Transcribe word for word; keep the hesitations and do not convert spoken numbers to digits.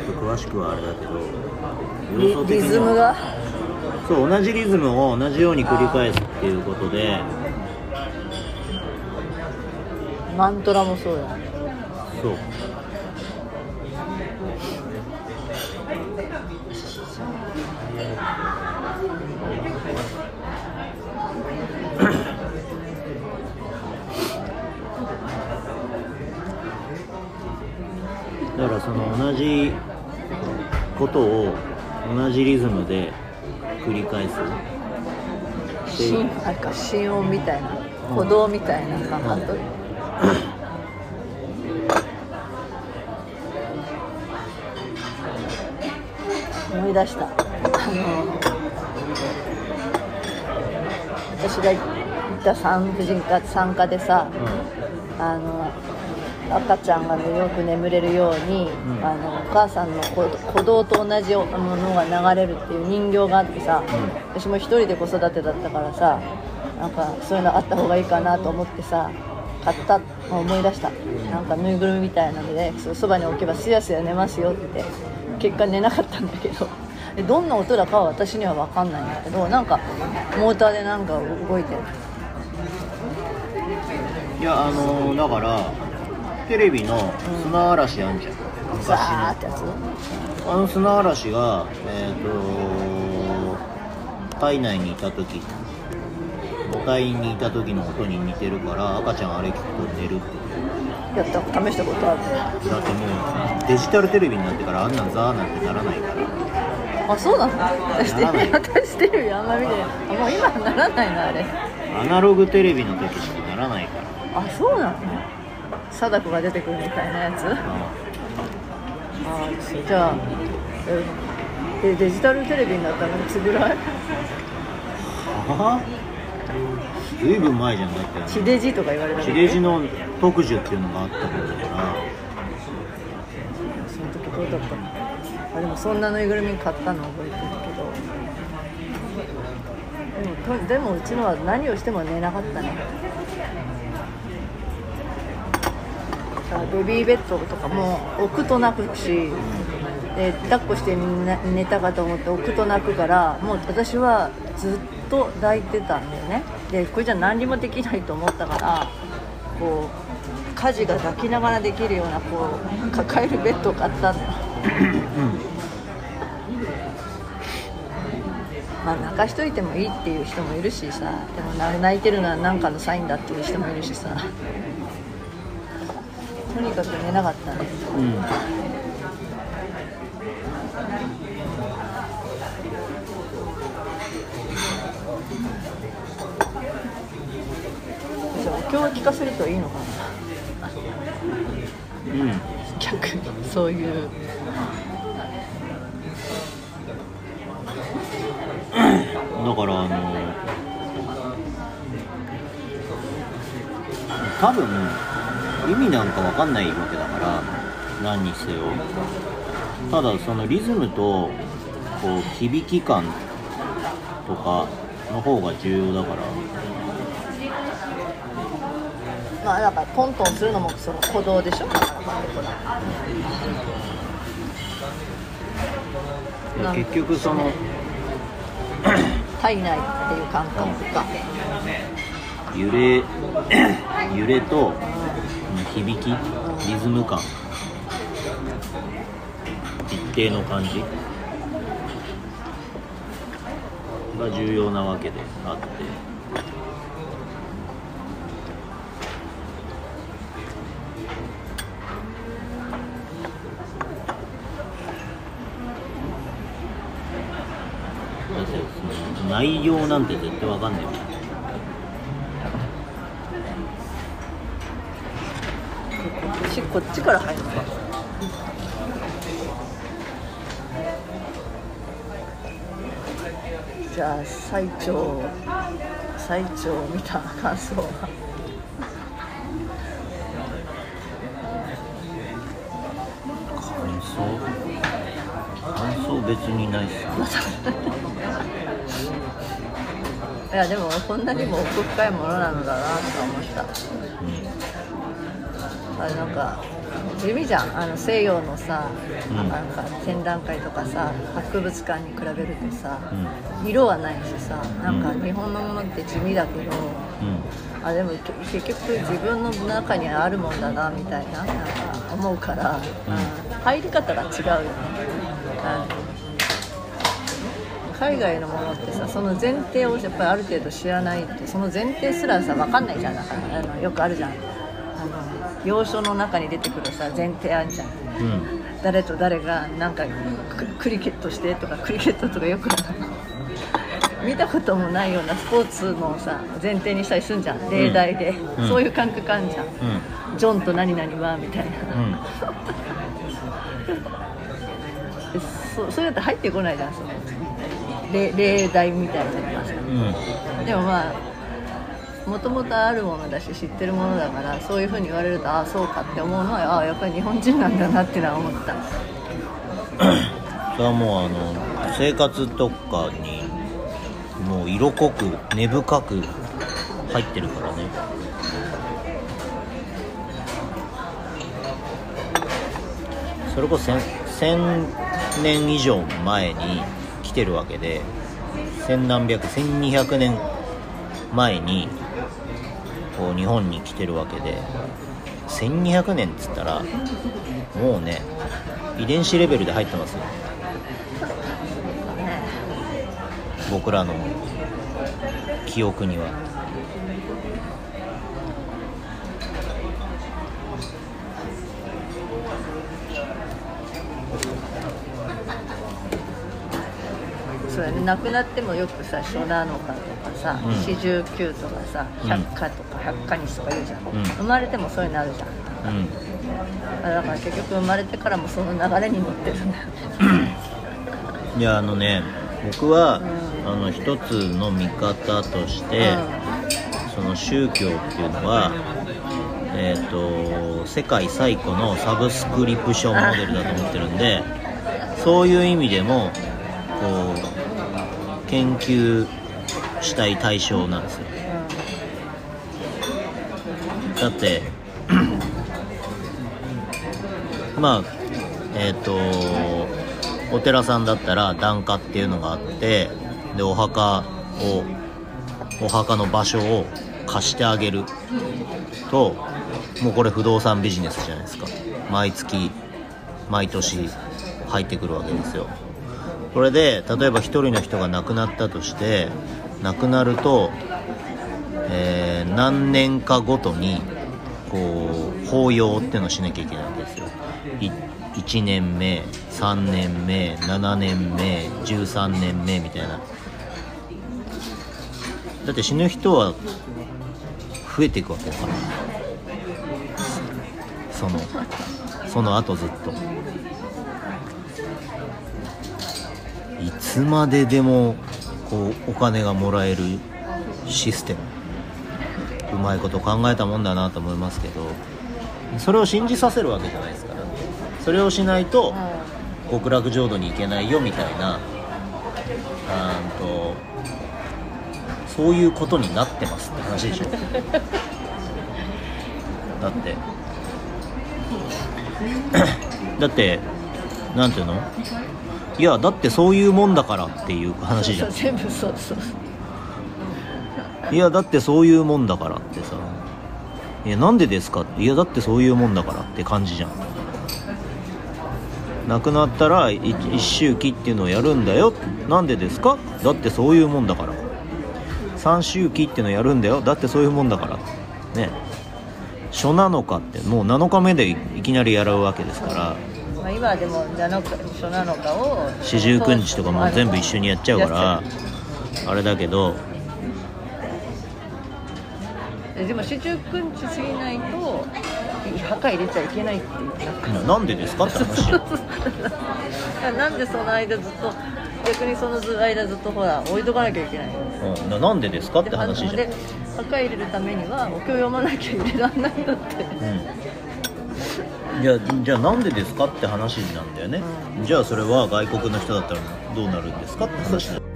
と詳しくはあれだけど、 リ, リズムがそう同じリズムを同じように繰り返すっていうことで、 マントラもそうや。 そうだからその同じことを同じリズムで繰り返す心なんか心音みたいな、鼓動みたいな感覚、うんうん、思い出した。あの私が行った産婦人科参加でさ、うん、あの赤ちゃんがよく眠れるように、うん、あのお母さんの鼓動と同じものが流れるっていう人形があってさ、うん、私も一人で子育てだったからさ、なんかそういうのあった方がいいかなと思ってさ買ったのを思い出した。なんかぬいぐるみみたいなので、そばに置けばすやすや寝ますよって。結果寝なかったんだけど、どんな音だかは私には分かんないんだけど、なんかモーターでなんか動いてる。 いや、あのー、だからテレビの砂嵐あんじゃん、 うん、ザーってやつ。 あの砂嵐が、えーと体内にいた時、母体にいた時の音に似てるから、赤ちゃんあれ聞くと寝るって。 やった試したことある。 だってもうデジタルテレビになってからあんなんザーなんてならないから。 あ、そうなの？私テレビあんま見てない。もう今はならないのあれ。 アナログテレビの時しかならないから。 あ、そうなの？貞子が出てくるみたいなやつ？ああ、じゃあえデジタルテレビになったのいつぐらい？ はぁ？ずいぶん前じゃん。だって地デジとか言われた。 地デジの特需っていうのがあった頃だから。 その時どうだったの？あ、でもそんなぬいぐるみ買ったの覚えてるけど、でも、でもうちのは何をしても寝なかったね。ベビーベッドとかも置くと泣くし、で抱っこして寝たかと思って置くと泣くから、もう私はずっと抱いてたんだよね。でこれじゃ何にもできないと思ったから、こう家事が抱きながらできるようなこう抱えるベッドを買ったんだよ。まあ泣かしといてもいいっていう人もいるしさ、でも泣いてるのは何かのサインだっていう人もいるしさ、とにかく寝なかったね。うん、じゃあお経を聞かせるといいのかな。うん、逆にそういうだからあの多分意味なんか分かんないわけだから、何にせよ。ただそのリズムとこう響き感とかの方が重要だから。 まあだからトントンするのもその鼓動でしょ。 結局その体内っていう感覚か。 揺れ揺れと響き、リズム感、一定の感じが重要なわけであって、だってその内容なんて絶対わかんないよ。 こっちから入るのか。じゃあ最長最長を見た感想は。 感想感想別にないっす。 いやでもこんなにも奥深いものなのだなと思った。うん、あれなんか地味じゃん。あの西洋のさ、 うんなんか展覧会とかさ博物館に比べるとさ、 うん色はないしさ、なんか日本のものって地味だけど、 うんあでもけ結局自分の中にあるもんだなみたいな、なんか思うから、うん、入り方が違うよね。海外のものってさ、その前提をやっぱりある程度知らないと、その前提すらさ分かんないじゃん。だからあのよくあるじゃん、あの要所の中に出てくるさ前提あるじゃん、 うん誰と誰がなんかクリケットしてとか、クリケットとかよくある見たこともないようなスポーツのさ前提にしたりするんじゃん、例題で、うん、そういう感覚あるじゃん、うん、ジョンと何々はみたいな、うん、そ, そういうのって入ってこないじゃん、その例, 例題みたいなのがさ、うん、でもまあもともとあるものだし知ってるものだから、そういう風に言われるとああそうかって思うのは、ああやっぱり日本人なんだなっていうのは思った。 それはもうあの生活とかにもう色濃く根深く入ってるからね。それこそせんねん以上前に来てるわけで、千何百せんにひゃくねんまえにこう日本に来てるわけで、せんにひゃくねんっつったらもうね遺伝子レベルで入ってますよ、僕らの記憶には。 そうだね、亡くなってもよくさ初七日とかさ四十九とかさ百花とか百花日とか言うじゃん、うん、生まれてもそういうのあるじゃん、うん、だから結局生まれてからもその流れに乗ってるんだよねいやあのね僕は、うん、あの一つの見方として、うん、その宗教っていうのはえーと世界最古のサブスクリプションモデルだと思ってるんで、そういう意味でもこう研究したい対象なんですよ。だってまあえっとお寺さんだったら檀家っていうのがあって、でお墓をお墓の場所を貸してあげると、もうこれ不動産ビジネスじゃないですか。毎月毎年入ってくるわけですよ。これで例えば一人の人が亡くなったとして、亡くなると、えー、何年かごとにこう法要っていうのをしなきゃいけないわけですよ。いちねんめ、さんねんめ、ななねんめ、じゅうさんねんめみたいな。だって死ぬ人は増えていくわけだから、そのその後ずっといつまででもこうお金がもらえるシステム、うまいこと考えたもんだなと思いますけど、それを信じさせるわけじゃないですから。それをしないと極楽浄土に行けないよみたいな、あーとそういうことになってますって話でしょだってだってなんていうの、いやだってそういうもんだからっていう話じゃん。 全部そうそう。 いやだってそういうもんだからってさ、いやなんでですかって、いやだってそういうもんだからって感じじゃん。亡くなったら一周忌っていうのをやるんだよ、なんでですか、だってそういうもんだから。三周忌っていうのをやるんだよ、だってそういうもんだからね。初七日ってもうなのかめでいきなりやるわけですから。 まあ、今でも初七日を四十九日とかも全部一緒にやっちゃうからあれだけど、 でも四十九日過ぎないと墓入れちゃいけないっていう。 なんでですかって話なんでその間ずっと、逆にその間ずっとほら置いとかなきゃいけないの、 うん、な, なんでですかって話じゃん。 で墓入れるためにはお経読まなきゃ入れられないんだって、 うん、じゃあじゃあなんでですかって話なんだよね、うん、じゃあそれは外国の人だったらどうなるんですかって話だよ。